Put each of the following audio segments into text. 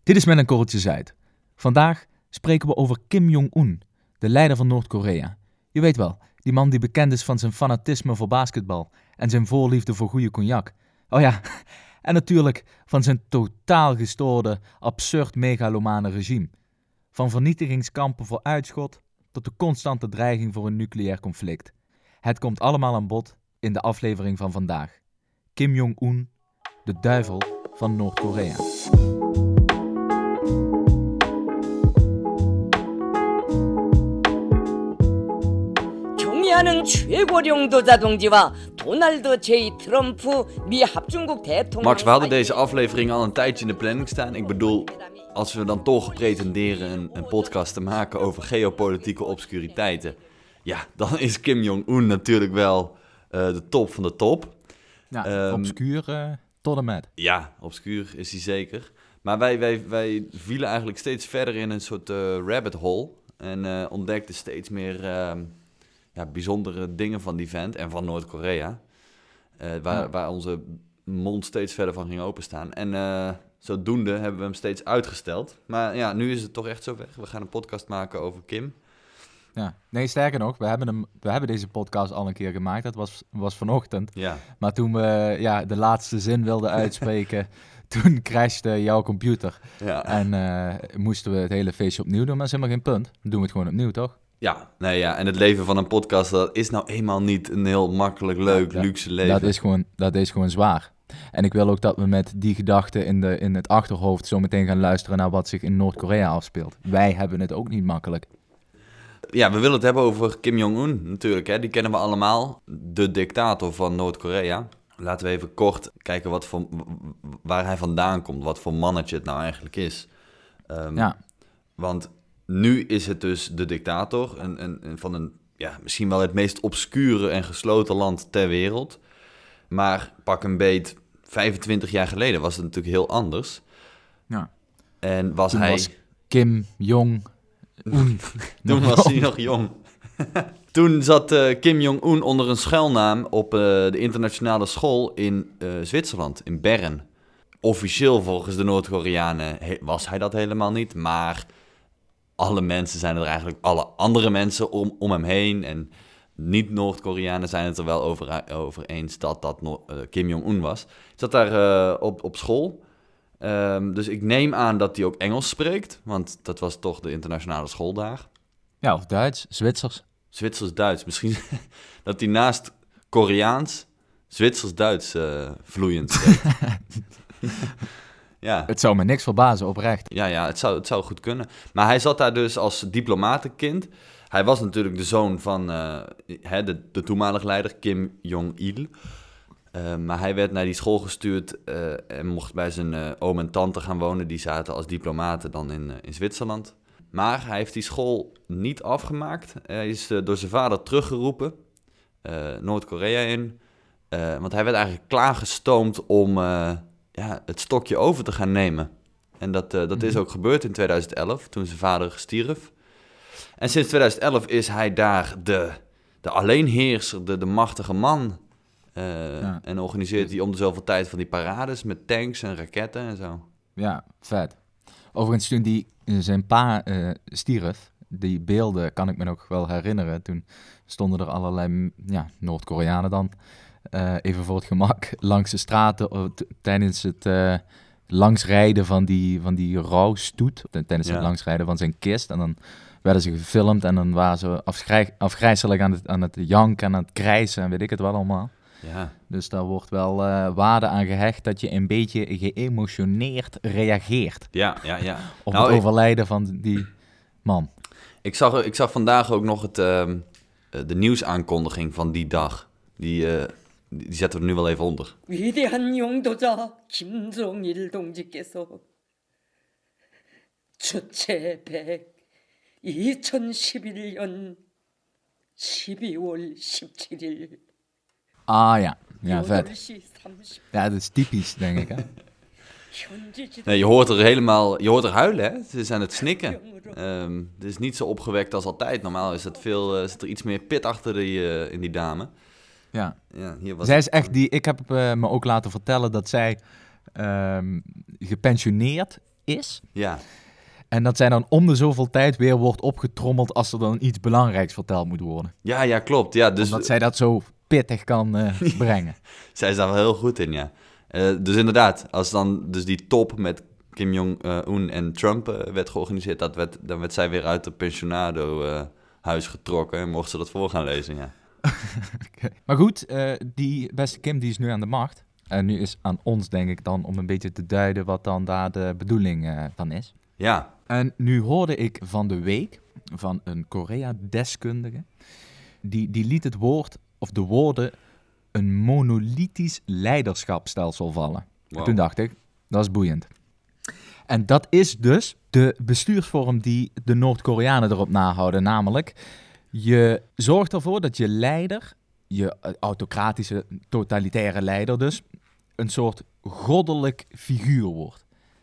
Dit is Met een korreltje zout. Vandaag spreken we over Kim Jong-un, de leider van Noord-Korea. Je weet wel, die man die bekend is van zijn fanatisme voor basketbal en zijn voorliefde voor goede cognac. Oh ja, en natuurlijk van zijn totaal gestoorde, absurd megalomane regime. Van vernietigingskampen voor uitschot tot de constante dreiging voor een nucleair conflict. Het komt allemaal aan bod in de aflevering van vandaag. Kim Jong-un, de duivel van Noord-Korea. 경의하는 최고령도자 동지와 도널드 J. 트럼프 미 합중국 대통령. Max, we hadden deze aflevering al een tijdje in de planning staan. Ik bedoel, als we dan toch pretenderen een podcast te maken over geopolitieke obscuriteiten, ja, dan is Kim Jong-un natuurlijk wel de top van de top. Ja, obscuur tot en met. Ja, obscuur is hij zeker. Maar wij vielen eigenlijk steeds verder in een soort rabbit hole en ontdekten steeds meer bijzondere dingen van die vent en van Noord-Korea. Waar onze mond steeds verder van ging openstaan. En zodoende hebben we hem steeds uitgesteld. Maar ja, nu is het toch echt zover. We gaan een podcast maken over Kim. Ja, nee, sterker nog, we hebben deze podcast al een keer gemaakt. Dat was vanochtend. Ja. Maar toen we de laatste zin wilden uitspreken, toen crashte jouw computer. Ja. En moesten we het hele feestje opnieuw doen, maar dat is helemaal geen punt. Dan doen we het gewoon opnieuw, toch? Ja, en het leven van een podcast, dat is nou eenmaal niet een heel makkelijk, leuk, luxe leven. Dat is gewoon zwaar. En ik wil ook dat we met die gedachten in het achterhoofd zo meteen gaan luisteren naar wat zich in Noord-Korea afspeelt. Wij hebben het ook niet makkelijk. Ja, we willen het hebben over Kim Jong-un natuurlijk, hè. Die kennen we allemaal, de dictator van Noord-Korea. Laten we even kort kijken waar hij vandaan komt, wat voor mannetje het nou eigenlijk is. Want nu is het dus de dictator van misschien wel het meest obscure en gesloten land ter wereld. Maar pak een beet, 25 jaar geleden was het natuurlijk heel anders. Ja. En Toen was Kim Jong-un. Toen was hij nog jong. Toen zat Kim Jong-un onder een schuilnaam op de internationale school in Zwitserland, in Bern. Officieel volgens de Noord-Koreanen was hij dat helemaal niet, maar alle mensen zijn er eigenlijk, alle andere mensen om hem heen en niet-Noord-Koreanen zijn het er wel over eens dat Kim Jong-un was. Hij zat daar op school. Dus ik neem aan dat hij ook Engels spreekt, want dat was toch de internationale school daar. Ja, of Duits, Zwitsers. Zwitsers-Duits. Misschien dat hij naast Koreaans Zwitsers-Duits vloeiend spreekt. Ja. Het zou me niks verbazen, oprecht. Ja, het zou goed kunnen. Maar hij zat daar dus als diplomatenkind. Hij was natuurlijk de zoon van de toenmalige leider Kim Jong-il. Maar hij werd naar die school gestuurd en mocht bij zijn oom en tante gaan wonen. Die zaten als diplomaten dan in Zwitserland. Maar hij heeft die school niet afgemaakt. Hij is door zijn vader teruggeroepen, Noord-Korea in. Want hij werd eigenlijk klaargestoomd om het stokje over te gaan nemen. En dat is ook gebeurd in 2011, toen zijn vader stierf. En sinds 2011 is hij daar de alleenheerser, de machtige man. En organiseert hij om de zoveel tijd van die parades met tanks en raketten en zo. Ja, vet. Overigens, toen zijn pa stierf, die beelden kan ik me nog wel herinneren. Toen stonden er allerlei Noord-Koreanen dan, even voor het gemak, langs de straten tijdens het langsrijden van die rouwstoet. Tijdens het langsrijden van zijn kist. En dan werden ze gefilmd en dan waren ze afgrijselijk aan het janken en aan het krijsen en weet ik het wel allemaal. Ja. Dus daar wordt wel waarde aan gehecht dat je een beetje geëmotioneerd reageert. Ja. Op het overlijden van die man. Ik zag vandaag ook nog de nieuwsaankondiging van die dag. Die zetten we er nu wel even onder. 위대한 용도자 김정일 동지께서 주체 100 2011년 12월 17일 Ah ja, vet. 8시 30분 Ja, dat is typisch, denk ik, hè? Nee, je hoort er huilen, hè? Ze zijn aan het snikken. Het is niet zo opgewekt als altijd. Normaal is zit er iets meer pit achter in die dame. Ja. Hier was Zij is echt ik heb me ook laten vertellen dat zij gepensioneerd is. Ja, En dat zij dan om de zoveel tijd weer wordt opgetrommeld als er dan iets belangrijks verteld moet worden. ja, klopt. Ja, dus Omdat zij dat zo pittig kan brengen. zij is daar wel heel goed in, ja. Dus inderdaad, als dan dus die top met Kim Jong-un en Trump werd georganiseerd, dan werd zij weer uit de pensionado-huis getrokken en mocht ze dat voor gaan lezen, ja. Okay. Maar goed, die beste Kim die is nu aan de macht. En nu is aan ons, denk ik, dan om een beetje te duiden wat dan daar de bedoeling van is. Ja, En nu hoorde ik van de week van een Korea-deskundige. Die liet het woord, of de woorden, een monolithisch leiderschapsstelsel vallen. wow. En toen dacht ik, dat is boeiend. En dat is dus de bestuursvorm die de Noord-Koreanen erop nahouden. Namelijk, je zorgt ervoor dat je leider, je autocratische, totalitaire leider dus, een soort goddelijk figuur wordt.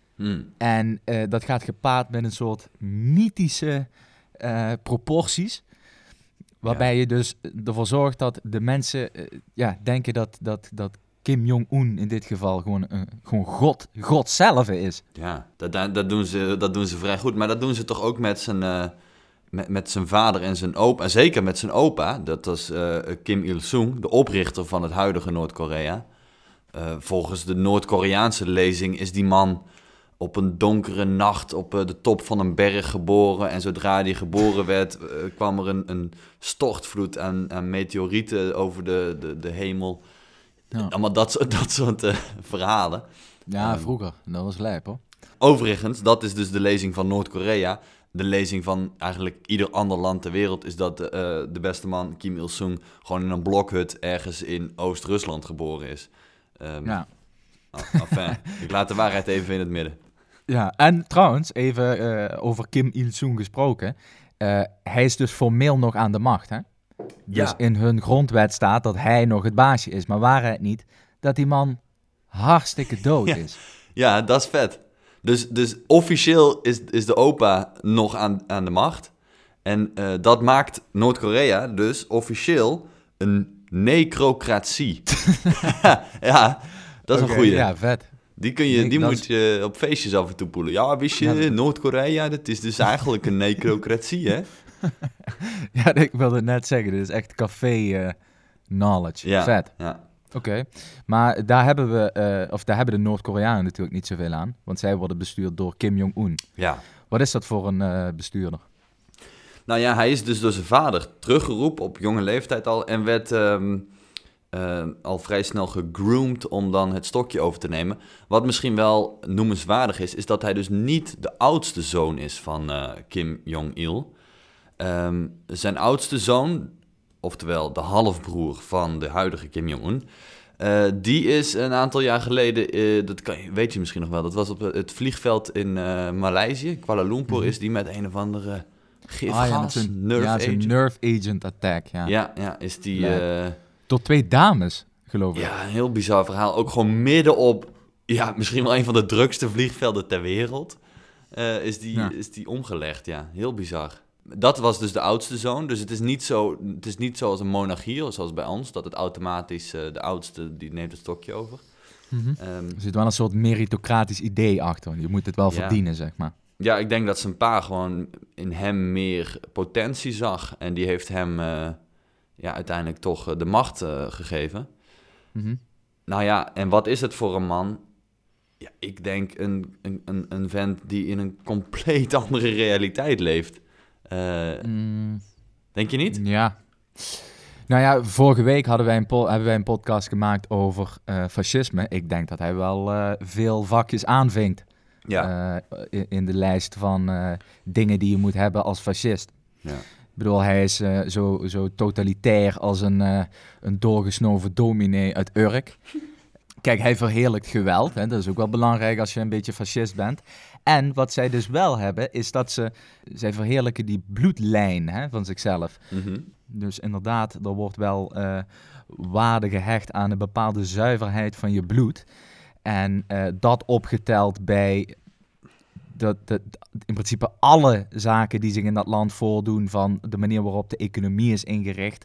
En dat gaat gepaard met een soort mythische proporties. Waarbij je dus ervoor zorgt dat de mensen denken dat Kim Jong-un in dit geval gewoon God zelf is. Ja, dat doen ze vrij goed. Maar dat doen ze toch ook met zijn vader en zijn opa. En zeker met zijn opa. Dat was Kim Il-sung, de oprichter van het huidige Noord-Korea. Volgens de Noord-Koreaanse lezing is die man op een donkere nacht op de top van een berg geboren. En zodra hij geboren werd, kwam er een stortvloed aan meteorieten over de hemel. Ja. Allemaal dat soort verhalen. Ja, vroeger. Dat was lijp, hoor. Overigens, dat is dus de lezing van Noord-Korea. De lezing van eigenlijk ieder ander land ter wereld is dat de beste man, Kim Il-sung, gewoon in een blokhut ergens in Oost-Rusland geboren is. Ja. Enfin, ik laat de waarheid even in het midden. Ja, en trouwens, even over Kim Il-sung gesproken. Hij is dus formeel nog aan de macht, hè? Dus Ja. in hun grondwet staat dat hij nog het baasje is. Maar waar het niet dat die man hartstikke dood is. Ja, dat is vet. Dus officieel is de opa nog aan de macht. En dat maakt Noord-Korea dus officieel een necrocratie. Ja, dat is Oké, een goeie. Ja, vet. Die dat moet je op feestjes af en toe poelen. Ja, wist je, Ja, Noord-Korea, dat is dus eigenlijk een necrocratie, hè? Ja, ik wilde het net zeggen. Dit is echt café knowledge. Ja, Vet. ja. Oké. Maar daar hebben daar hebben de Noord-Koreanen natuurlijk niet zoveel aan. Want zij worden bestuurd door Kim Jong-un. Ja. Wat is dat voor een bestuurder? Nou ja, hij is dus door zijn vader teruggeroepen op jonge leeftijd al en werd al vrij snel gegroomd om dan het stokje over te nemen. Wat misschien wel noemenswaardig is dat hij dus niet de oudste zoon is van Kim Jong-il. Zijn oudste zoon, oftewel de halfbroer van de huidige Kim Jong-un, die is een aantal jaar geleden, weet je misschien nog wel, dat was op het vliegveld in Maleisië, Kuala Lumpur, is die met een of andere gifgas, zo'n nerve agent attack. Ja. Ja, is die... Door 2 dames, geloof ik. Ja, een heel bizar verhaal. Ook gewoon midden op, misschien wel een van de drukste vliegvelden ter wereld, is die omgelegd. Ja, heel bizar. Dat was dus de oudste zoon. Dus het is niet zoals een monarchie, zoals bij ons, dat het automatisch de oudste, die neemt het stokje over. Mm-hmm. Er zit wel een soort meritocratisch idee achter. Je moet het wel verdienen, zeg maar. Ja, ik denk dat zijn pa gewoon in hem meer potentie zag. En die heeft hem uiteindelijk toch de macht gegeven. Mm-hmm. Nou ja, en wat is het voor een man? Ja, ik denk een vent die in een compleet andere realiteit leeft. Denk je niet? Ja. Nou ja, vorige week hebben wij een podcast gemaakt over fascisme. Ik denk dat hij wel veel vakjes aanvinkt. Ja. In de lijst van dingen die je moet hebben als fascist. Ja. Ik bedoel, hij is zo totalitair als een doorgesnoven dominee uit Urk. Kijk, hij verheerlijkt geweld. Hè? Dat is ook wel belangrijk als je een beetje fascist bent. En wat zij dus wel hebben, is dat zij verheerlijken die bloedlijn van zichzelf. Mm-hmm. Dus inderdaad, er wordt wel waarde gehecht aan een bepaalde zuiverheid van je bloed. En dat opgeteld bij in principe alle zaken die zich in dat land voordoen, van de manier waarop de economie is ingericht,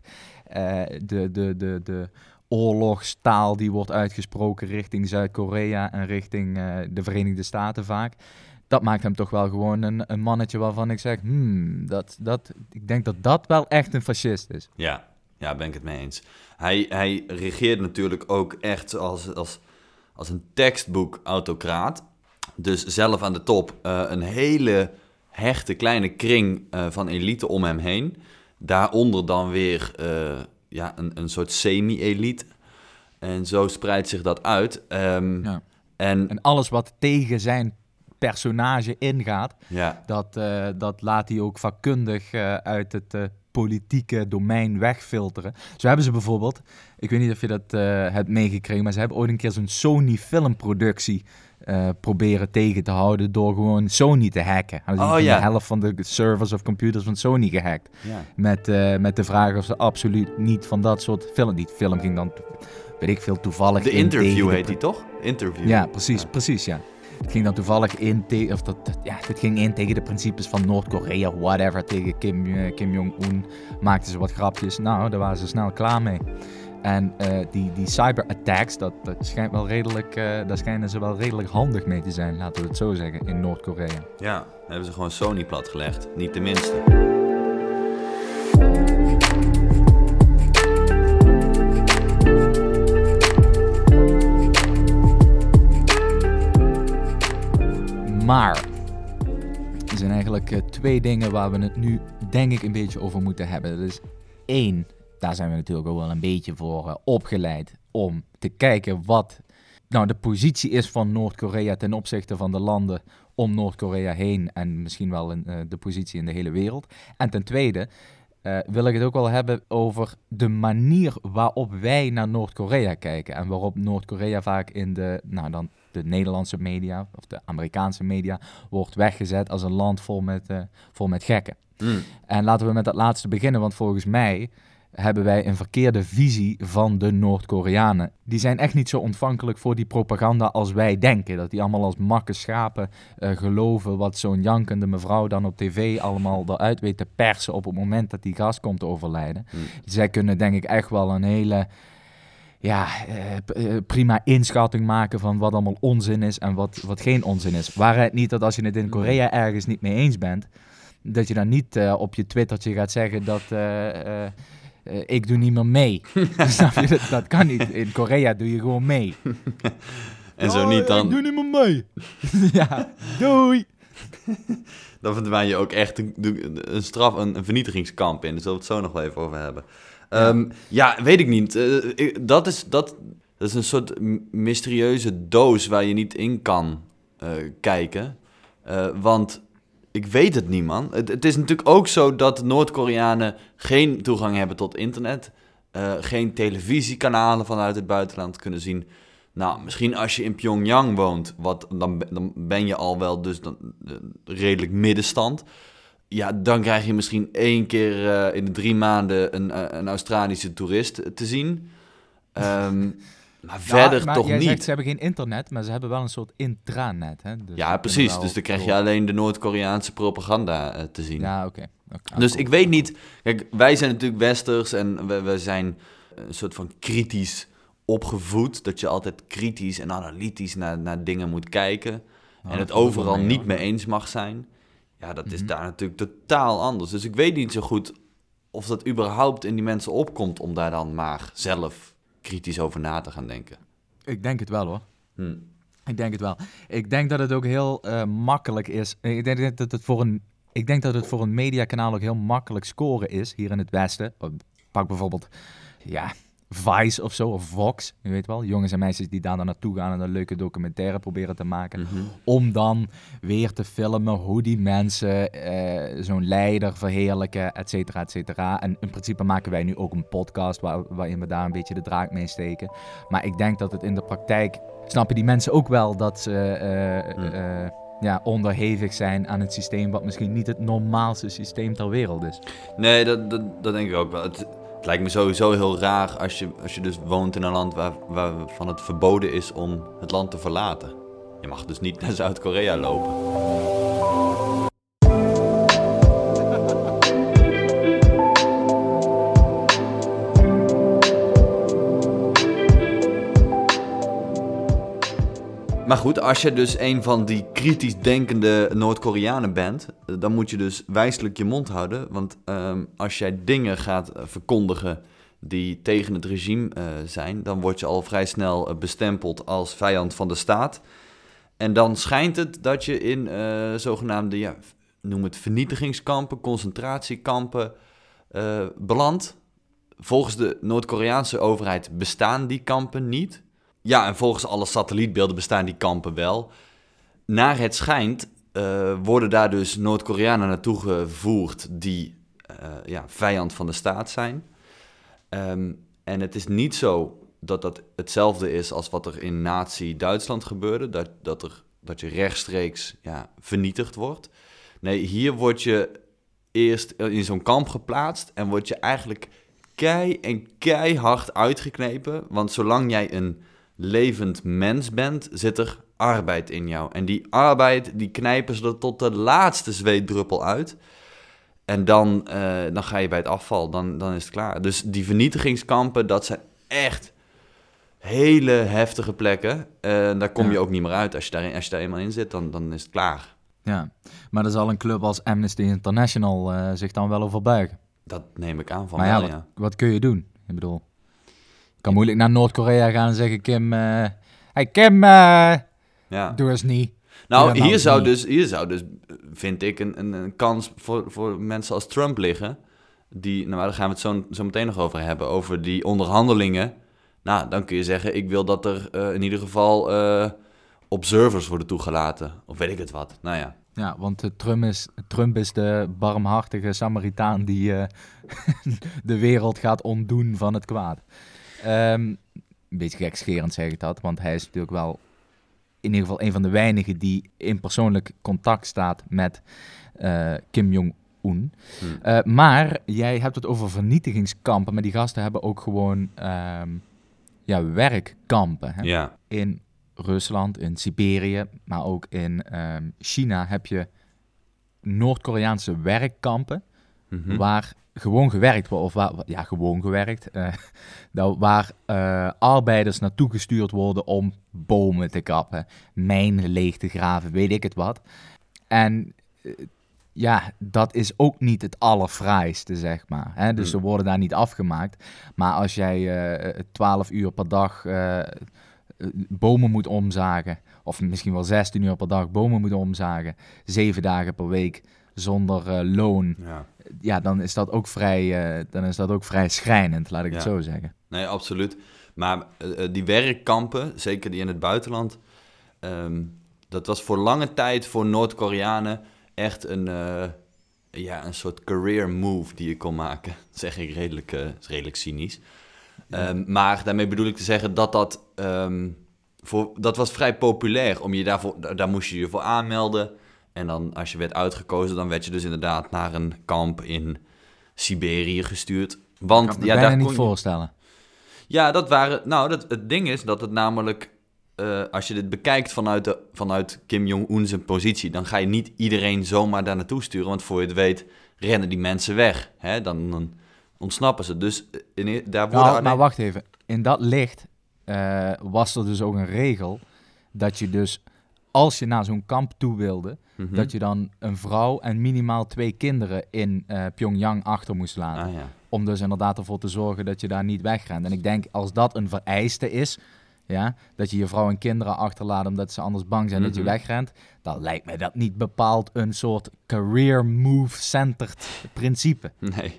de oorlogstaal die wordt uitgesproken richting Zuid-Korea en richting de Verenigde Staten vaak. dat maakt hem toch wel gewoon een mannetje waarvan ik zeg, ik denk dat dat wel echt een fascist is. Ja, ben ik het mee eens. Hij regeert natuurlijk ook echt als een tekstboek-autocraat. Dus zelf aan de top een hele hechte kleine kring van elite om hem heen. Daaronder dan weer een soort semi-elite. En zo spreidt zich dat uit. En alles wat tegen zijn personage ingaat, dat laat hij ook vakkundig uit het politieke domein wegfilteren. Zo hebben ze bijvoorbeeld, ik weet niet of je dat hebt meegekregen, maar ze hebben ooit een keer zo'n Sony filmproductie proberen tegen te houden door gewoon Sony te hacken. De helft van de servers of computers van Sony gehackt. Ja. Met de vraag of ze absoluut niet van dat soort film... Die film ging dan, weet ik veel, toevallig... De Interview heet die toch? Interview. Ja, precies, ja. Het ging dan toevallig in dit ging in tegen de principes van Noord-Korea, whatever, tegen Kim Jong-un. Maakten ze wat grapjes. Nou, daar waren ze snel klaar mee. En die cyberattacks, daar schijnen ze wel redelijk handig mee te zijn, laten we het zo zeggen, in Noord-Korea. Ja, hebben ze gewoon Sony platgelegd. Niet de minste. Maar er zijn eigenlijk 2 dingen waar we het nu, denk ik, een beetje over moeten hebben. Dus 1, daar zijn we natuurlijk ook wel een beetje voor opgeleid om te kijken wat nou de positie is van Noord-Korea ten opzichte van de landen om Noord-Korea heen en misschien wel de positie in de hele wereld. En ten tweede wil ik het ook wel hebben over de manier waarop wij naar Noord-Korea kijken en waarop Noord-Korea vaak in de Nederlandse media of de Amerikaanse media wordt weggezet als een land vol met gekken. En laten we met dat laatste beginnen, want volgens mij hebben wij een verkeerde visie van de Noord-Koreanen. Die zijn echt niet zo ontvankelijk voor die propaganda als wij denken. Dat die allemaal als makke schapen geloven wat zo'n jankende mevrouw dan op tv allemaal eruit weet te persen op het moment dat die gast komt te overlijden. Zij kunnen denk ik echt wel een hele prima inschatting maken van wat allemaal onzin is en wat geen onzin is. Waar het niet dat als je het in Korea ergens niet mee eens bent, dat je dan niet op je Twittertje gaat zeggen dat ik doe niet meer mee. Snap je? Dat kan niet. In Korea doe je gewoon mee. En zo niet dan... Ik doe niet meer mee. Ja, doei. Dan verdwijn je ook echt een vernietigingskamp in. Daar zullen we het zo nog wel even over hebben. Weet ik niet. Dat is een soort mysterieuze doos waar je niet in kan kijken. Want ik weet het niet, man. Het is natuurlijk ook zo dat Noord-Koreanen geen toegang hebben tot internet. Geen televisiekanalen vanuit het buitenland kunnen zien. Nou, misschien als je in Pyongyang woont, dan ben je al wel dus redelijk middenstand. Ja, dan krijg je misschien 1 keer in de 3 maanden een Australische toerist te zien. Maar verder toch jij niet. Zegt, ze hebben geen internet, maar ze hebben wel een soort intranet. Hè? Dus ja, precies. Dus dan krijg je alleen de Noord-Koreaanse propaganda te zien. Ja, oké. Dus ik weet niet... Kijk, wij zijn natuurlijk westers en we zijn een soort van kritisch opgevoed. Dat je altijd kritisch en analytisch naar dingen moet kijken. En het overal niet mee eens mag zijn. Ja, dat is daar natuurlijk totaal anders. Dus ik weet niet zo goed of dat überhaupt in die mensen opkomt om daar dan maar zelf kritisch over na te gaan denken. Ik denk het wel, hoor. Ik denk het wel. Ik denk dat het ook heel makkelijk is. Ik denk dat het voor een mediakanaal ook heel makkelijk scoren is hier in het Westen. Pak bijvoorbeeld, Vice of zo, of Vox, je weet wel. Jongens en meisjes die daar dan naartoe gaan en een leuke documentaire proberen te maken. Om dan weer te filmen hoe die mensen zo'n leider verheerlijken, et cetera, et cetera. En in principe maken wij nu ook een podcast waarin we daar een beetje de draak mee steken. Maar ik denk dat het in de praktijk, snappen die mensen ook wel dat ze onderhevig zijn aan het systeem wat misschien niet het normaalste systeem ter wereld is. Nee, dat denk ik ook wel. Het lijkt me sowieso heel raar als je dus woont in een land waarvan het verboden is om het land te verlaten. Je mag dus niet naar Zuid-Korea lopen. Maar goed, als je dus een van die kritisch denkende Noord-Koreanen bent, dan moet je dus wijselijk je mond houden. Want als jij dingen gaat verkondigen die tegen het regime zijn, dan word je al vrij snel bestempeld als vijand van de staat. En dan schijnt het dat je in zogenaamde, noem het vernietigingskampen, concentratiekampen belandt. Volgens de Noord-Koreaanse overheid bestaan die kampen niet. Ja, en volgens alle satellietbeelden bestaan die kampen wel. Naar het schijnt worden daar dus Noord-Koreanen naartoe gevoerd die vijand van de staat zijn. En het is niet zo dat dat hetzelfde is als wat er in Nazi-Duitsland gebeurde. Dat je rechtstreeks vernietigd wordt. Nee, hier word je eerst in zo'n kamp geplaatst en word je eigenlijk keihard uitgeknepen. Want zolang jij een levend mens bent, zit er arbeid in jou. En die arbeid, die knijpen ze er tot de laatste zweetdruppel uit. En dan ga je bij het afval, dan is het klaar. Dus die vernietigingskampen, dat zijn echt hele heftige plekken. Daar kom je ook niet meer uit. Als je daar eenmaal in zit, dan is het klaar. Ja, maar daar zal een club als Amnesty International zich dan wel over buigen. Dat neem ik aan van maar wel, wat kun je doen? Ik bedoel, je kan moeilijk naar Noord-Korea gaan en zeggen, Kim, doe eens niet. Nou, hier zou dus, vind ik, een kans voor mensen als Trump liggen. Daar gaan we het zo meteen nog over hebben, over die onderhandelingen. Nou, dan kun je zeggen, ik wil dat er in ieder geval observers worden toegelaten. Of weet ik het wat, nou ja. Ja, want Trump is de barmhartige Samaritaan die de wereld gaat ontdoen van het kwaad. Een beetje gekscherend zeg ik dat, want hij is natuurlijk wel in ieder geval een van de weinigen die in persoonlijk contact staat met Kim Jong-un. Maar jij hebt het over vernietigingskampen, maar die gasten hebben ook gewoon werkkampen. Hè? Ja. In Rusland, in Siberië, maar ook in China heb je Noord-Koreaanse werkkampen waar gewoon gewerkt wordt, waar arbeiders naartoe gestuurd worden om bomen te kappen, mijnen leeg te graven, weet ik het wat. En dat is ook niet het allerfraaiste, zeg maar. Hè? Dus ze worden daar niet afgemaakt. Maar als jij 12 uur per dag bomen moet omzagen, of misschien wel 16 uur per dag bomen moet omzagen, 7 dagen per week zonder loon, dan is dat ook vrij schrijnend, laat ik het zo zeggen. Nee, absoluut. Maar die werkkampen, zeker die in het buitenland, dat was voor lange tijd voor Noord-Koreanen echt een soort career move die je kon maken. Dat zeg ik redelijk cynisch. Maar daarmee bedoel ik te zeggen dat was vrij populair. Daar moest je je voor aanmelden. En dan als je werd uitgekozen, dan werd je dus inderdaad naar een kamp in Siberië gestuurd. Want ik kan me bijna niet voorstellen. Ja, het ding is dat het namelijk, als je dit bekijkt vanuit Kim Jong-un zijn positie, dan ga je niet iedereen zomaar daar naartoe sturen. Want voor je het weet, rennen die mensen weg. Hè? Dan ontsnappen ze. Dus daar worden maar wacht even. In dat licht was er dus ook een regel dat je dus, als je naar zo'n kamp toe wilde, dat je dan een vrouw en minimaal 2 kinderen in Pyongyang achter moest laten. Om dus inderdaad ervoor te zorgen dat je daar niet wegrent. En ik denk, als dat een vereiste is, dat je je vrouw en kinderen achterlaat omdat ze anders bang zijn dat je wegrent, dan lijkt mij dat niet bepaald een soort career move-centered principe.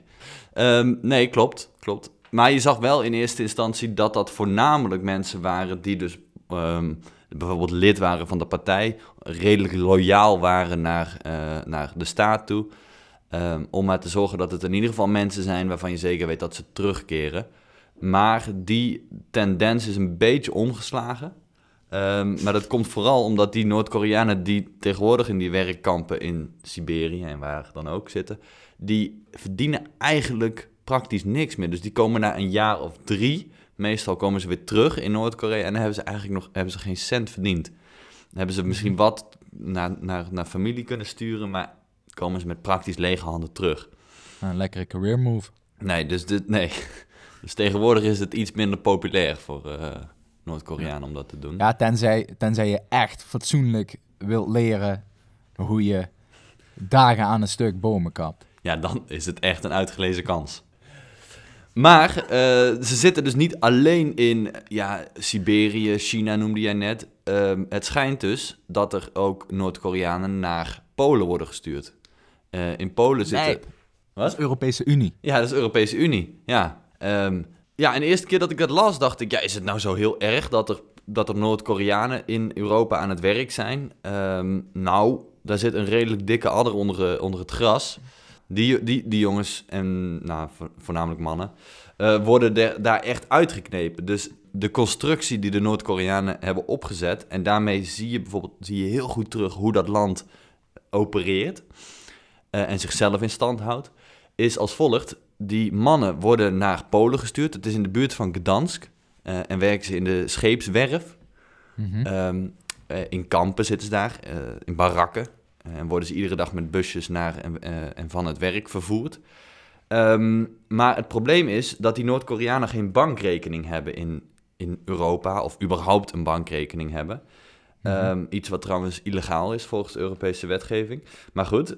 Nee, klopt. Maar je zag wel in eerste instantie dat voornamelijk mensen waren die dus bijvoorbeeld lid waren van de partij, redelijk loyaal waren naar de staat toe, om maar te zorgen dat het in ieder geval mensen zijn waarvan je zeker weet dat ze terugkeren. Maar die tendens is een beetje omgeslagen. Maar dat komt vooral omdat die Noord-Koreanen die tegenwoordig in die werkkampen in Siberië en waar dan ook zitten, die verdienen eigenlijk praktisch niks meer. Dus die komen na een jaar of 3, meestal komen ze weer terug in Noord-Korea en dan hebben ze eigenlijk hebben ze geen cent verdiend. Dan hebben ze misschien wat naar familie kunnen sturen, maar komen ze met praktisch lege handen terug. Een lekkere career move. Nee. Dus tegenwoordig is het iets minder populair Noord-Koreanen om dat te doen. Ja, tenzij je echt fatsoenlijk wilt leren hoe je dagen aan een stuk bomen kapt. Ja, dan is het echt een uitgelezen kans. Maar ze zitten dus niet alleen in Siberië, China noemde jij net. Het schijnt dus dat er ook Noord-Koreanen naar Polen worden gestuurd. In Polen zitten... Dat is de Europese Unie. Ja, dat is de Europese Unie. Ja. En de eerste keer dat ik dat las, dacht ik... is het nou zo heel erg dat er Noord-Koreanen in Europa aan het werk zijn? Daar zit een redelijk dikke adder onder het gras. Die jongens, en voornamelijk mannen, worden daar echt uitgeknepen. Dus de constructie die de Noord-Koreanen hebben opgezet... en daarmee zie je heel goed terug hoe dat land opereert... en zichzelf in stand houdt, is als volgt. Die mannen worden naar Polen gestuurd. Het is in de buurt van Gdansk. En werken ze in de scheepswerf. Mm-hmm. In kampen zitten ze daar, in barakken. En worden ze iedere dag met busjes naar en van het werk vervoerd. Maar het probleem is dat die Noord-Koreanen geen bankrekening hebben in Europa... of überhaupt een bankrekening hebben. Iets wat trouwens illegaal is volgens de Europese wetgeving. Maar goed,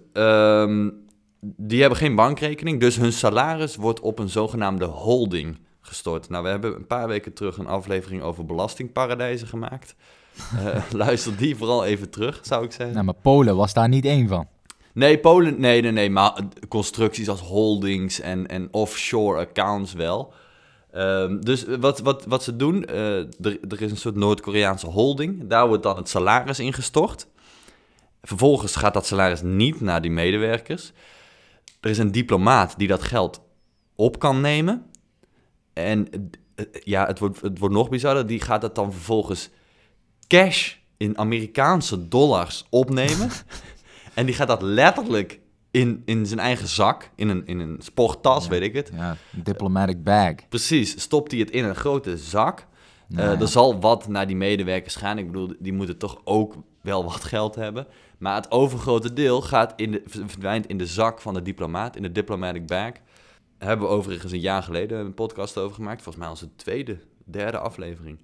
die hebben geen bankrekening... dus hun salaris wordt op een zogenaamde holding gestort. Nou, we hebben een paar weken terug een aflevering over belastingparadijzen gemaakt... luister die vooral even terug, zou ik zeggen. Nou, maar Polen was daar niet één van. Nee, Polen, nee, maar constructies als holdings en offshore accounts wel. Dus wat ze doen, er is een soort Noord-Koreaanse holding. Daar wordt dan het salaris in gestort. Vervolgens gaat dat salaris niet naar die medewerkers. Er is een diplomaat die dat geld op kan nemen. En het wordt nog bizarder, die gaat dat dan vervolgens... cash in Amerikaanse dollars opnemen. En die gaat dat letterlijk in zijn eigen zak, in een sporttas, weet ik het. Ja, diplomatic bag. Precies, stopt hij het in een grote zak. Ja. Er zal wat naar die medewerkers gaan. Ik bedoel, die moeten toch ook wel wat geld hebben. Maar het overgrote deel verdwijnt in de zak van de diplomaat, in de diplomatic bag. Daar hebben we overigens een jaar geleden een podcast over gemaakt. Volgens mij onze derde aflevering.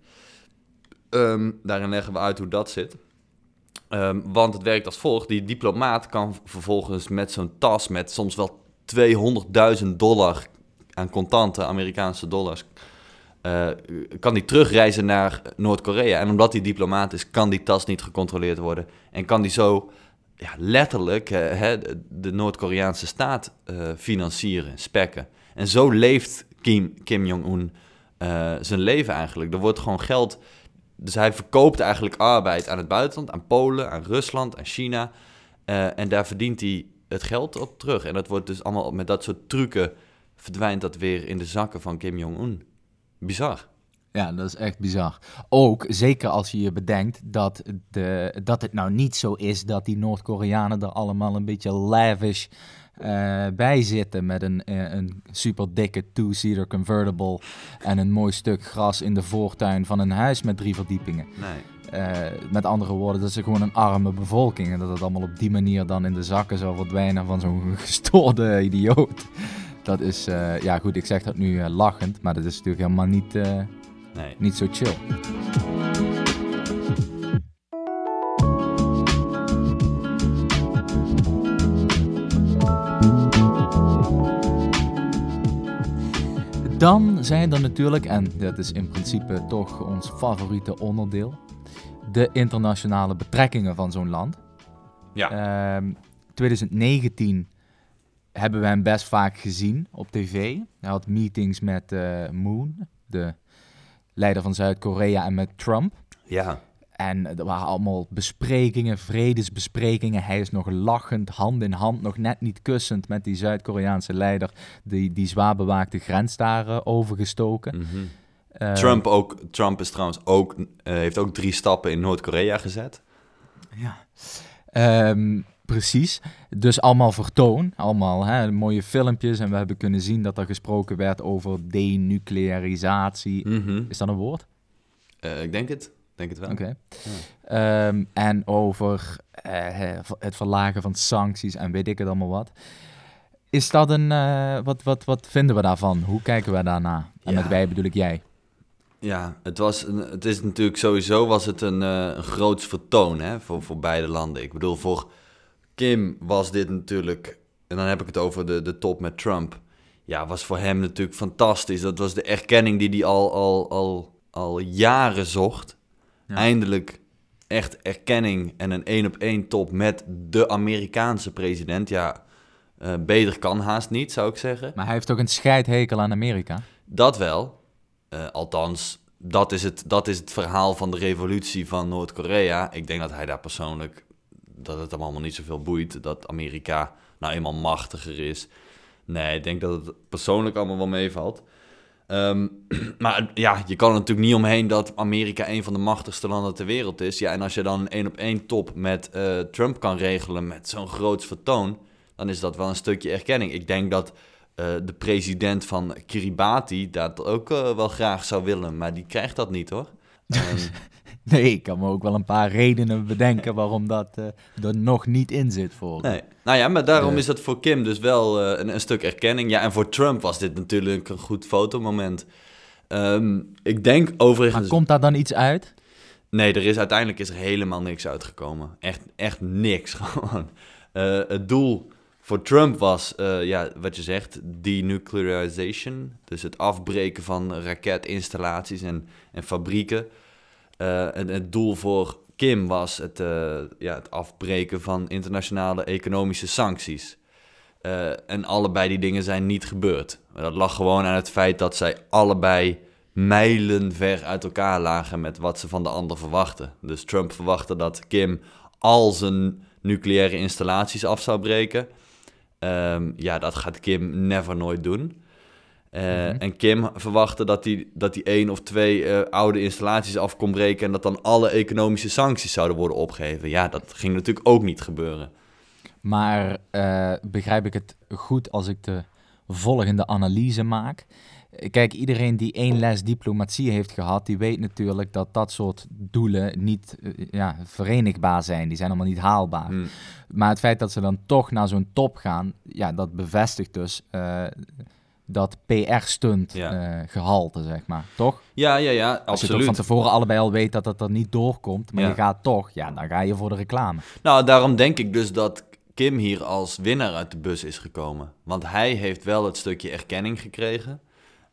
Daarin leggen we uit hoe dat zit. Want het werkt als volgt. Die diplomaat kan vervolgens met zo'n tas... met soms wel $200.000 aan contanten, Amerikaanse dollars... kan die terugreizen naar Noord-Korea. En omdat die diplomaat is, kan die tas niet gecontroleerd worden. En kan die zo letterlijk de Noord-Koreaanse staat financieren, spekken. En zo leeft Kim Jong-un zijn leven eigenlijk. Er wordt gewoon geld... Dus hij verkoopt eigenlijk arbeid aan het buitenland, aan Polen, aan Rusland, aan China. En daar verdient hij het geld op terug. En dat wordt dus allemaal met dat soort trucken verdwijnt dat weer in de zakken van Kim Jong-un. Bizar. Ja, dat is echt bizar. Ook, zeker als je je bedenkt dat het nou niet zo is dat die Noord-Koreanen er allemaal een beetje lavish bij zitten met een super dikke two-seater convertible en een mooi stuk gras in de voortuin van een huis met 3 verdiepingen. Nee. Met andere woorden, dat is gewoon een arme bevolking en dat het allemaal op die manier dan in de zakken zou verdwijnen van zo'n gestoorde idioot. Dat is, goed, ik zeg dat nu lachend, maar dat is natuurlijk helemaal niet zo chill. Dan zijn er natuurlijk, en dat is in principe toch ons favoriete onderdeel, de internationale betrekkingen van zo'n land. Ja. 2019 hebben we hem best vaak gezien op tv. Hij had meetings met Moon, de leider van Zuid-Korea, en met Trump. Ja. En er waren allemaal besprekingen, vredesbesprekingen. Hij is nog lachend, hand in hand, nog net niet kussend met die Zuid-Koreaanse leider die zwaar bewaakte grens daar overgestoken. Mm-hmm. Trump is trouwens ook, heeft ook 3 stappen in Noord-Korea gezet. Ja. Precies. Dus allemaal vertoon, allemaal mooie filmpjes. En we hebben kunnen zien dat er gesproken werd over denuclearisatie. Mm-hmm. Is dat een woord? Ik denk het wel. Oké. Ja. En over het verlagen van sancties en weet ik het allemaal wat. Is dat wat vinden we daarvan? Hoe kijken we daarna? En met wij bedoel ik jij. Ja, het is natuurlijk sowieso was het een groots vertoon, hè, voor beide landen. Ik bedoel, voor Kim was dit natuurlijk, en dan heb ik het over de top met Trump. Ja, was voor hem natuurlijk fantastisch. Dat was de erkenning die hij al jaren zocht. Ja. Eindelijk echt erkenning en een 1-op-1 top met de Amerikaanse president. Ja, beter kan haast niet, zou ik zeggen. Maar hij heeft ook een scheidhekel aan Amerika. Dat wel. Althans, dat is het verhaal van de revolutie van Noord-Korea. Ik denk dat hij daar persoonlijk, dat het hem allemaal niet zoveel boeit, dat Amerika nou eenmaal machtiger is. Nee, ik denk dat het persoonlijk allemaal wel meevalt. Maar ja, je kan er natuurlijk niet omheen dat Amerika een van de machtigste landen ter wereld is. Ja, en als je dan een 1-op-1 top met Trump kan regelen met zo'n groots vertoon, dan is dat wel een stukje erkenning. Ik denk dat de president van Kiribati dat ook wel graag zou willen, maar die krijgt dat niet, hoor. Nee, ik kan me ook wel een paar redenen bedenken waarom dat er nog niet in zit voor. Nee. Nou ja, maar daarom is dat voor Kim dus wel een stuk erkenning. Ja, en voor Trump was dit natuurlijk een goed fotomoment. Ik denk overigens... Maar komt daar dan iets uit? Nee, uiteindelijk is er helemaal niks uitgekomen. Echt niks gewoon. Het doel voor Trump was, wat je zegt, denuclearization. Dus het afbreken van raketinstallaties en fabrieken. En het doel voor Kim was het afbreken van internationale economische sancties. En allebei die dingen zijn niet gebeurd. Maar dat lag gewoon aan het feit dat zij allebei mijlen ver uit elkaar lagen met wat ze van de ander verwachten. Dus Trump verwachtte dat Kim al zijn nucleaire installaties af zou breken. Dat gaat Kim never nooit doen. En Kim verwachtte dat hij 1 of 2 oude installaties af kon breken en dat dan alle economische sancties zouden worden opgeheven. Ja, dat ging natuurlijk ook niet gebeuren. Maar begrijp ik het goed als ik de volgende analyse maak? Kijk, iedereen die 1 les diplomatie heeft gehad, die weet natuurlijk dat dat soort doelen niet verenigbaar zijn. Die zijn allemaal niet haalbaar. Maar het feit dat ze dan toch naar zo'n top gaan, ja, dat bevestigt dus dat PR-stunt gehalte, zeg maar, toch? Ja, absoluut. Als je toch van tevoren allebei al weet dat dat er niet doorkomt, maar je gaat toch, dan ga je voor de reclame. Nou, daarom denk ik dus dat Kim hier als winnaar uit de bus is gekomen. Want hij heeft wel het stukje erkenning gekregen.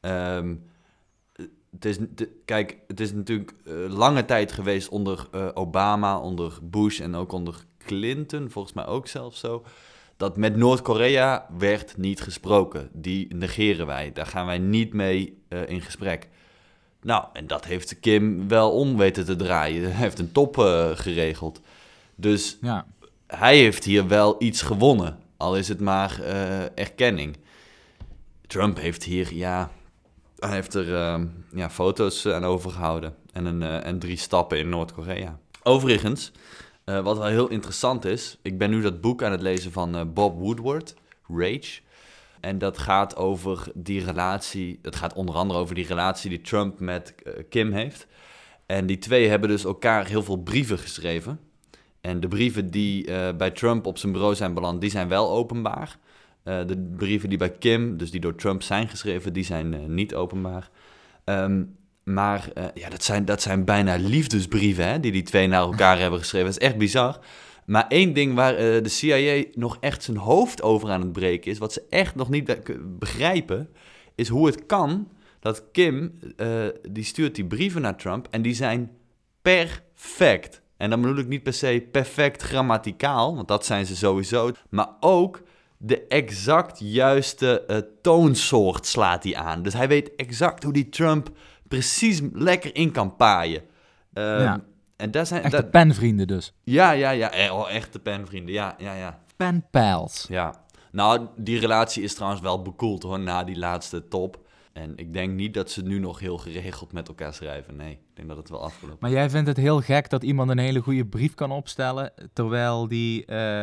Het is natuurlijk lange tijd geweest onder Obama, onder Bush en ook onder Clinton, volgens mij ook zelfs zo, dat met Noord-Korea werd niet gesproken. Die negeren wij. Daar gaan wij niet mee in gesprek. Nou, en dat heeft Kim wel om weten te draaien. Hij heeft een top geregeld. Dus hij heeft hier wel iets gewonnen. Al is het maar erkenning. Trump heeft hier, hij heeft er foto's aan overgehouden. En 3 stappen in Noord-Korea. Overigens, wat wel heel interessant is, ik ben nu dat boek aan het lezen van Bob Woodward, Rage. En dat gaat over die relatie, het gaat onder andere over die relatie die Trump met Kim heeft. En die twee hebben dus elkaar heel veel brieven geschreven. En de brieven die bij Trump op zijn bureau zijn beland, die zijn wel openbaar. De brieven die bij Kim, dus die door Trump zijn geschreven, die zijn niet openbaar. Maar dat zijn bijna liefdesbrieven, hè, die twee naar elkaar hebben geschreven. Dat is echt bizar. Maar één ding waar de CIA nog echt zijn hoofd over aan het breken is, wat ze echt nog niet begrijpen, is hoe het kan dat Kim, die stuurt die brieven naar Trump en die zijn perfect. En dan bedoel ik niet per se perfect grammaticaal, want dat zijn ze sowieso, maar ook de exact juiste toonsoort slaat hij aan. Dus hij weet exact hoe die Trump precies lekker in kan paaien. En daar zijn echte penvrienden dus. Ja. Echte penvrienden, ja. Penpals. Ja. Nou, die relatie is trouwens wel bekoeld hoor, na die laatste top. En ik denk niet dat ze nu nog heel geregeld met elkaar schrijven. Nee, ik denk dat het wel afgelopen. Maar jij vindt het heel gek dat iemand een hele goede brief kan opstellen, terwijl die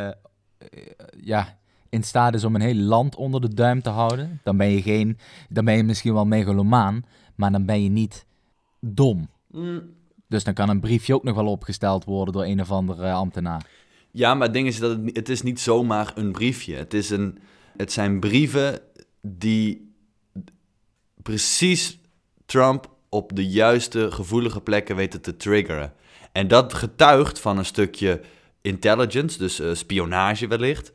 in staat is om een heel land onder de duim te houden? Dan ben je misschien wel megalomaan, maar dan ben je niet dom. Dus dan kan een briefje ook nog wel opgesteld worden door een of andere ambtenaar. Ja, maar het ding is dat het is niet zomaar een briefje. Het zijn brieven die precies Trump op de juiste gevoelige plekken weten te triggeren. En dat getuigt van een stukje intelligence, dus spionage wellicht,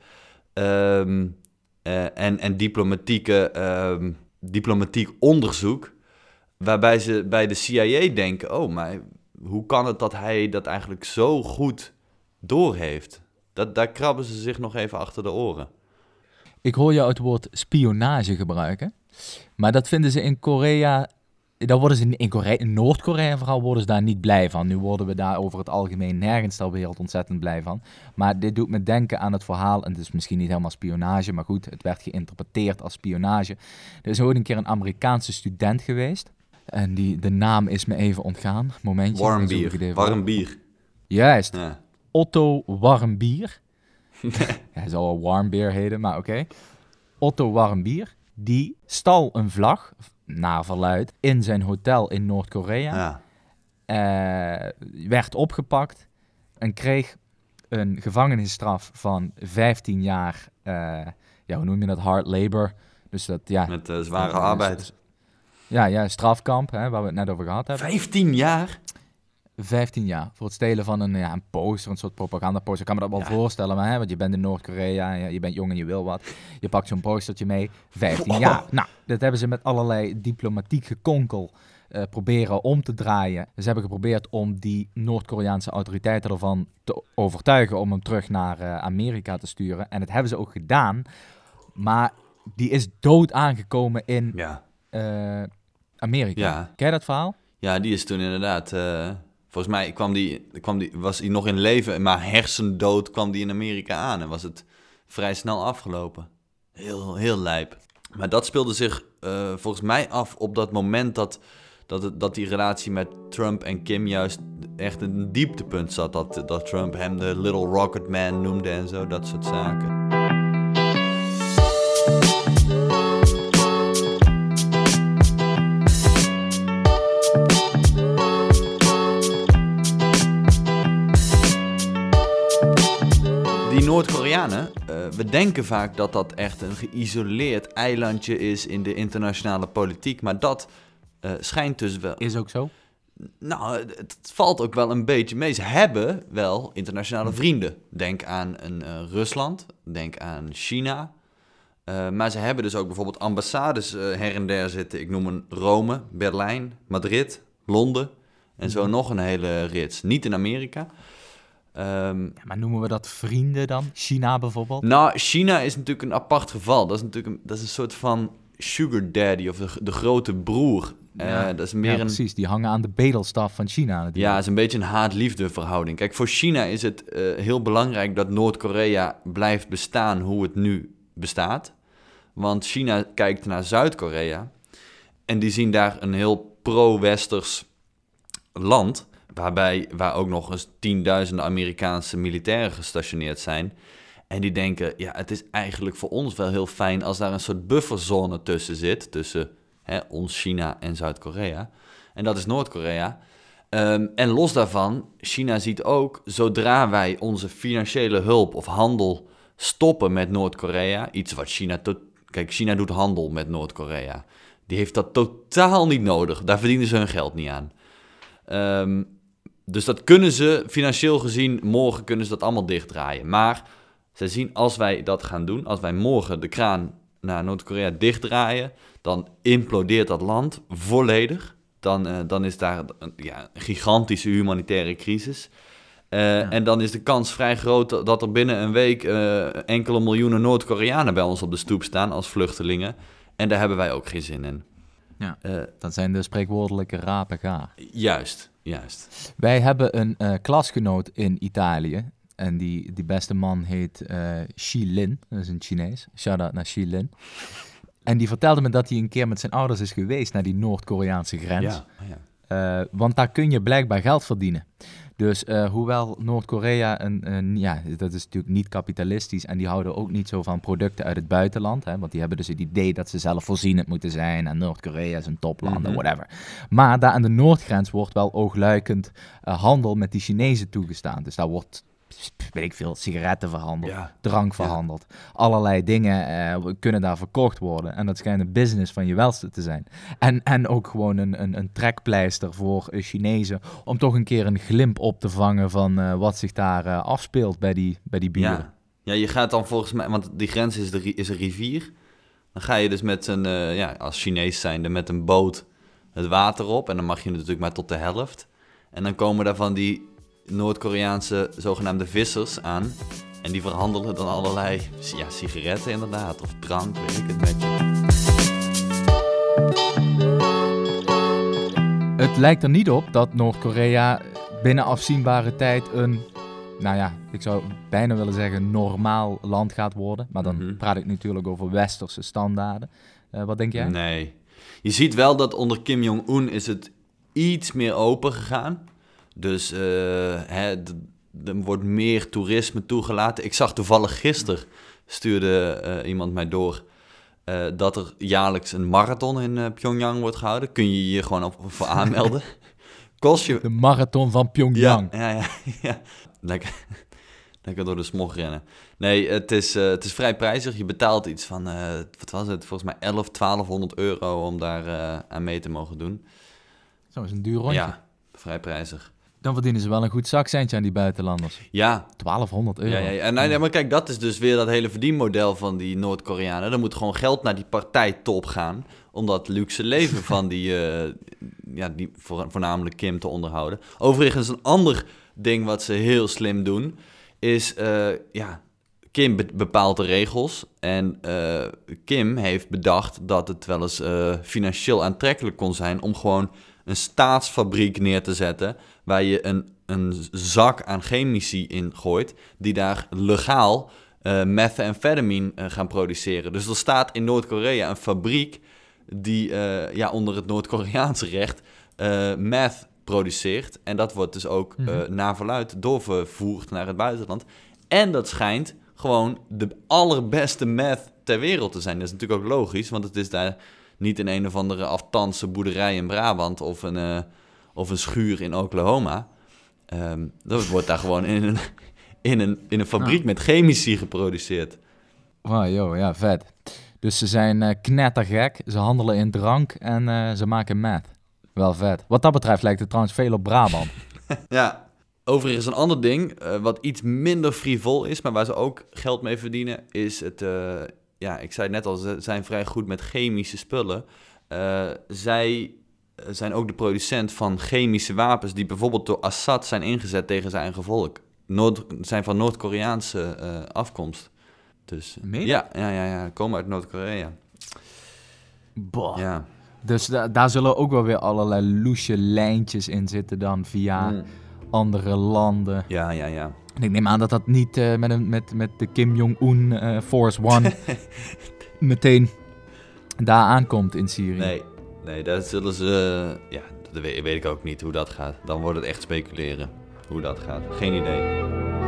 en diplomatiek onderzoek, waarbij ze bij de CIA denken, maar hoe kan het dat hij dat eigenlijk zo goed doorheeft? Daar krabben ze zich nog even achter de oren. Ik hoor jou het woord spionage gebruiken, maar dat vinden ze in Korea, daar worden ze in Noord-Korea vooral worden ze daar niet blij van. Nu worden we daar over het algemeen nergens ter wereld ontzettend blij van. Maar dit doet me denken aan het verhaal, en het is misschien niet helemaal spionage, maar goed, het werd geïnterpreteerd als spionage. Er is ooit een keer een Amerikaanse student geweest, en de naam is me even ontgaan. Momentje. Warm bier. Juist. Ja. Otto Warmbier. Hij zal wel Warmbier heten, maar oké. Otto Warmbier, die stal een vlag, naar verluidt, in zijn hotel in Noord-Korea. Ja. Werd opgepakt en kreeg een gevangenisstraf van 15 jaar, hoe noem je dat, hard labor. Dus dat, ja... Met zware arbeid. Ja, strafkamp, hè, waar we het net over gehad hebben. 15 jaar? 15 jaar voor het stelen van een poster, een soort propagandaposter. Ik kan me dat wel voorstellen, maar, want je bent in Noord-Korea, je bent jong en je wil wat. Je pakt zo'n postertje mee, 15 jaar. Nou, dat hebben ze met allerlei diplomatiek gekonkel proberen om te draaien. Ze hebben geprobeerd om die Noord-Koreaanse autoriteiten ervan te overtuigen om hem terug naar Amerika te sturen. En dat hebben ze ook gedaan, maar die is dood aangekomen in Amerika. Ja. Ken je dat verhaal? Ja, die is toen inderdaad... volgens mij was hij nog in leven, maar hersendood kwam die in Amerika aan. En was het vrij snel afgelopen. Heel, heel lijp. Maar dat speelde zich volgens mij af op dat moment dat die relatie met Trump en Kim juist echt een dieptepunt zat. Dat Trump hem de Little Rocket Man noemde en zo, dat soort zaken. Die Noord-Koreanen, we denken vaak dat dat echt een geïsoleerd eilandje is in de internationale politiek, maar dat schijnt dus wel... Is ook zo? Nou, het valt ook wel een beetje mee. Ze hebben wel internationale vrienden. Denk aan Rusland, denk aan China. Maar ze hebben dus ook bijvoorbeeld ambassades her en der zitten. Ik noem een Rome, Berlijn, Madrid, Londen en zo nog een hele rits. Niet in Amerika. Maar noemen we dat vrienden dan? China bijvoorbeeld? Nou, China is natuurlijk een apart geval. Dat is een soort van sugar daddy of de grote broer. Dat is meer precies. Die hangen aan de bedelstaf van China natuurlijk. Ja, het is een beetje een haat-liefde verhouding. Kijk, voor China is het heel belangrijk dat Noord-Korea blijft bestaan hoe het nu bestaat. Want China kijkt naar Zuid-Korea en die zien daar een heel pro-westers land, waar ook nog eens 10.000 Amerikaanse militairen gestationeerd zijn. En die denken, ja, het is eigenlijk voor ons wel heel fijn als daar een soort bufferzone tussen zit, tussen ons China en Zuid-Korea. En dat is Noord-Korea. En los daarvan, China ziet ook, zodra wij onze financiële hulp of handel stoppen met Noord-Korea, iets wat China doet handel met Noord-Korea. Die heeft dat totaal niet nodig. Daar verdienen ze hun geld niet aan. Dus dat kunnen ze, financieel gezien, morgen kunnen ze dat allemaal dichtdraaien. Maar ze zien, als wij dat gaan doen, als wij morgen de kraan naar Noord-Korea dichtdraaien, dan implodeert dat land volledig. Dan is daar een gigantische humanitaire crisis. En dan is de kans vrij groot dat er binnen een week enkele miljoenen Noord-Koreanen bij ons op de stoep staan als vluchtelingen. En daar hebben wij ook geen zin in. Ja, dat zijn de spreekwoordelijke rapen gaar. Juist. Wij hebben een klasgenoot in Italië. En die beste man heet Xi Lin. Dat is een Chinees. Shout-out naar Xi Lin. En die vertelde me dat hij een keer met zijn ouders is geweest naar die Noord-Koreaanse grens. Ja. Want daar kun je blijkbaar geld verdienen. Dus hoewel Noord-Korea dat is natuurlijk niet kapitalistisch en die houden ook niet zo van producten uit het buitenland. Hè, want die hebben dus het idee dat ze zelfvoorzienend moeten zijn en Noord-Korea is een topland en whatever. Maar daar aan de noordgrens wordt wel oogluikend handel met die Chinezen toegestaan. Dus daar wordt weet ik veel, sigaretten verhandeld, Ja. drank verhandeld. Allerlei dingen kunnen daar verkocht worden. En dat schijnt een business van je welste te zijn. En ook gewoon een trekpleister voor Chinezen om toch een keer een glimp op te vangen van wat zich daar afspeelt bij die buren. Ja. Ja, je gaat dan volgens mij, want die grens is een rivier. Dan ga je dus met als Chinees zijnde, met een boot het water op. En dan mag je natuurlijk maar tot de helft. En dan komen daar van die Noord-Koreaanse zogenaamde vissers aan. En die verhandelen dan allerlei sigaretten inderdaad, of drank, weet ik het met je. Het lijkt er niet op dat Noord-Korea binnen afzienbare tijd een, ik zou bijna willen zeggen normaal land gaat worden. Maar dan praat ik natuurlijk over westerse standaarden. Wat denk jij? Nee. Je ziet wel dat onder Kim Jong-un is het iets meer open gegaan. Dus er wordt meer toerisme toegelaten. Ik zag toevallig gisteren, stuurde iemand mij door, dat er jaarlijks een marathon in Pyongyang wordt gehouden. Kun je je gewoon voor aanmelden. Kost je... De marathon van Pyongyang. Ja. Lekker door de smog rennen. Nee, het is vrij prijzig. Je betaalt iets van, wat was het? Volgens mij 1100-1200 euro om daar aan mee te mogen doen. Zo is een duur rondje. Ja, vrij prijzig. Dan verdienen ze wel een goed zakcentje aan die buitenlanders. Ja. 1200 euro. Ja. En maar kijk, dat is dus weer dat hele verdienmodel van die Noord-Koreanen. Er moet gewoon geld naar die partijtop gaan om dat luxe leven van die voornamelijk Kim te onderhouden. Overigens een ander ding wat ze heel slim doen is, Kim bepaalt de regels en Kim heeft bedacht dat het wel eens financieel aantrekkelijk kon zijn om gewoon een staatsfabriek neer te zetten waar je een zak aan chemici in gooit die daar legaal methamphetamine gaan produceren. Dus er staat in Noord-Korea een fabriek die onder het Noord-Koreaanse recht meth produceert. En dat wordt dus ook naar verluidt doorvervoerd naar het buitenland. En dat schijnt gewoon de allerbeste meth ter wereld te zijn. Dat is natuurlijk ook logisch, want het is daar niet in een of andere aftanse boerderij in Brabant of een schuur in Oklahoma. Dat wordt daar gewoon in een fabriek met chemici geproduceerd. Wow, joh, ja, vet. Dus ze zijn knettergek, ze handelen in drank en ze maken meth. Wel vet. Wat dat betreft lijkt het trouwens veel op Brabant. Ja, overigens een ander ding, wat iets minder frivol is, maar waar ze ook geld mee verdienen, is het... ik zei het net al, ze zijn vrij goed met chemische spullen. Zij zijn ook de producent van chemische wapens die bijvoorbeeld door Assad zijn ingezet tegen zijn eigen volk. Zijn van Noord-Koreaanse afkomst. Dus, ja, komen uit Noord-Korea. Boah. Ja. Dus daar zullen ook wel weer allerlei loesje lijntjes in zitten dan via andere landen. Ja. En ik neem aan dat dat niet met de Kim Jong-un Force One meteen daar aankomt in Syrië. Nee, daar zullen ze... dat weet ik ook niet hoe dat gaat. Dan wordt het echt speculeren hoe dat gaat. Geen idee.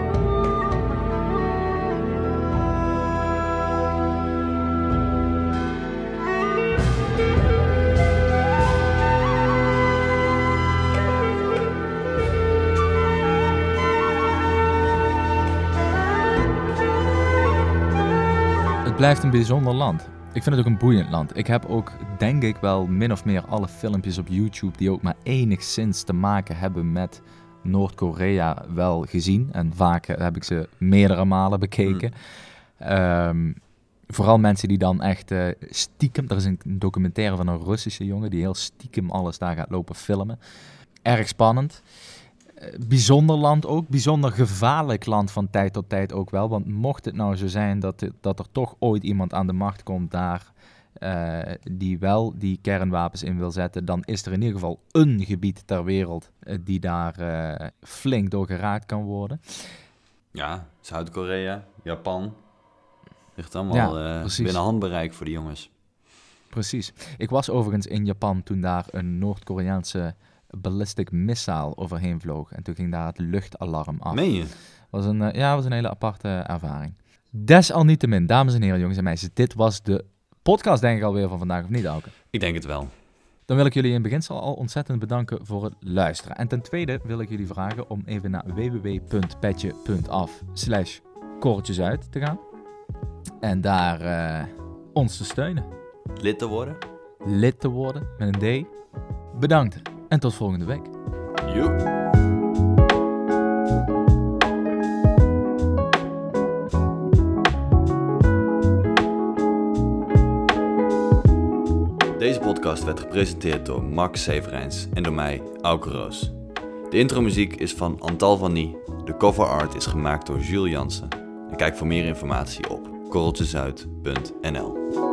Het blijft een bijzonder land. Ik vind het ook een boeiend land. Ik heb ook, denk ik wel, min of meer alle filmpjes op YouTube die ook maar enigszins te maken hebben met Noord-Korea wel gezien. En vaak heb ik ze meerdere malen bekeken. Vooral mensen die dan echt stiekem... Er is een documentaire van een Russische jongen die heel stiekem alles daar gaat lopen filmen. Erg spannend. Bijzonder land ook, bijzonder gevaarlijk land van tijd tot tijd ook wel. Want mocht het nou zo zijn dat er toch ooit iemand aan de macht komt daar die wel die kernwapens in wil zetten, dan is er in ieder geval een gebied ter wereld die daar flink door geraakt kan worden. Ja, Zuid-Korea, Japan. Ligt allemaal binnen handbereik voor die jongens. Precies. Ik was overigens in Japan toen daar een Noord-Koreaanse ballistic missile overheen vloog. En toen ging daar het luchtalarm af. Meen je? Was een hele aparte ervaring. Desalniettemin, dames en heren, jongens en meisjes, dit was de podcast denk ik alweer van vandaag, of niet, Auke? Ik denk het wel. Dan wil ik jullie in beginsel al ontzettend bedanken voor het luisteren. En ten tweede wil ik jullie vragen om even naar www.petje.af/korreltjesuit te gaan. En daar ons te steunen. Lid te worden. Lid te worden met een D. Bedankt en tot volgende week. Joep. Deze podcast werd gepresenteerd door Max Severijns en door mij, Auke Roos. De intromuziek is van Antal van Nie. De cover art is gemaakt door Jules Jansen. En kijk voor meer informatie op korreltjesuit.nl.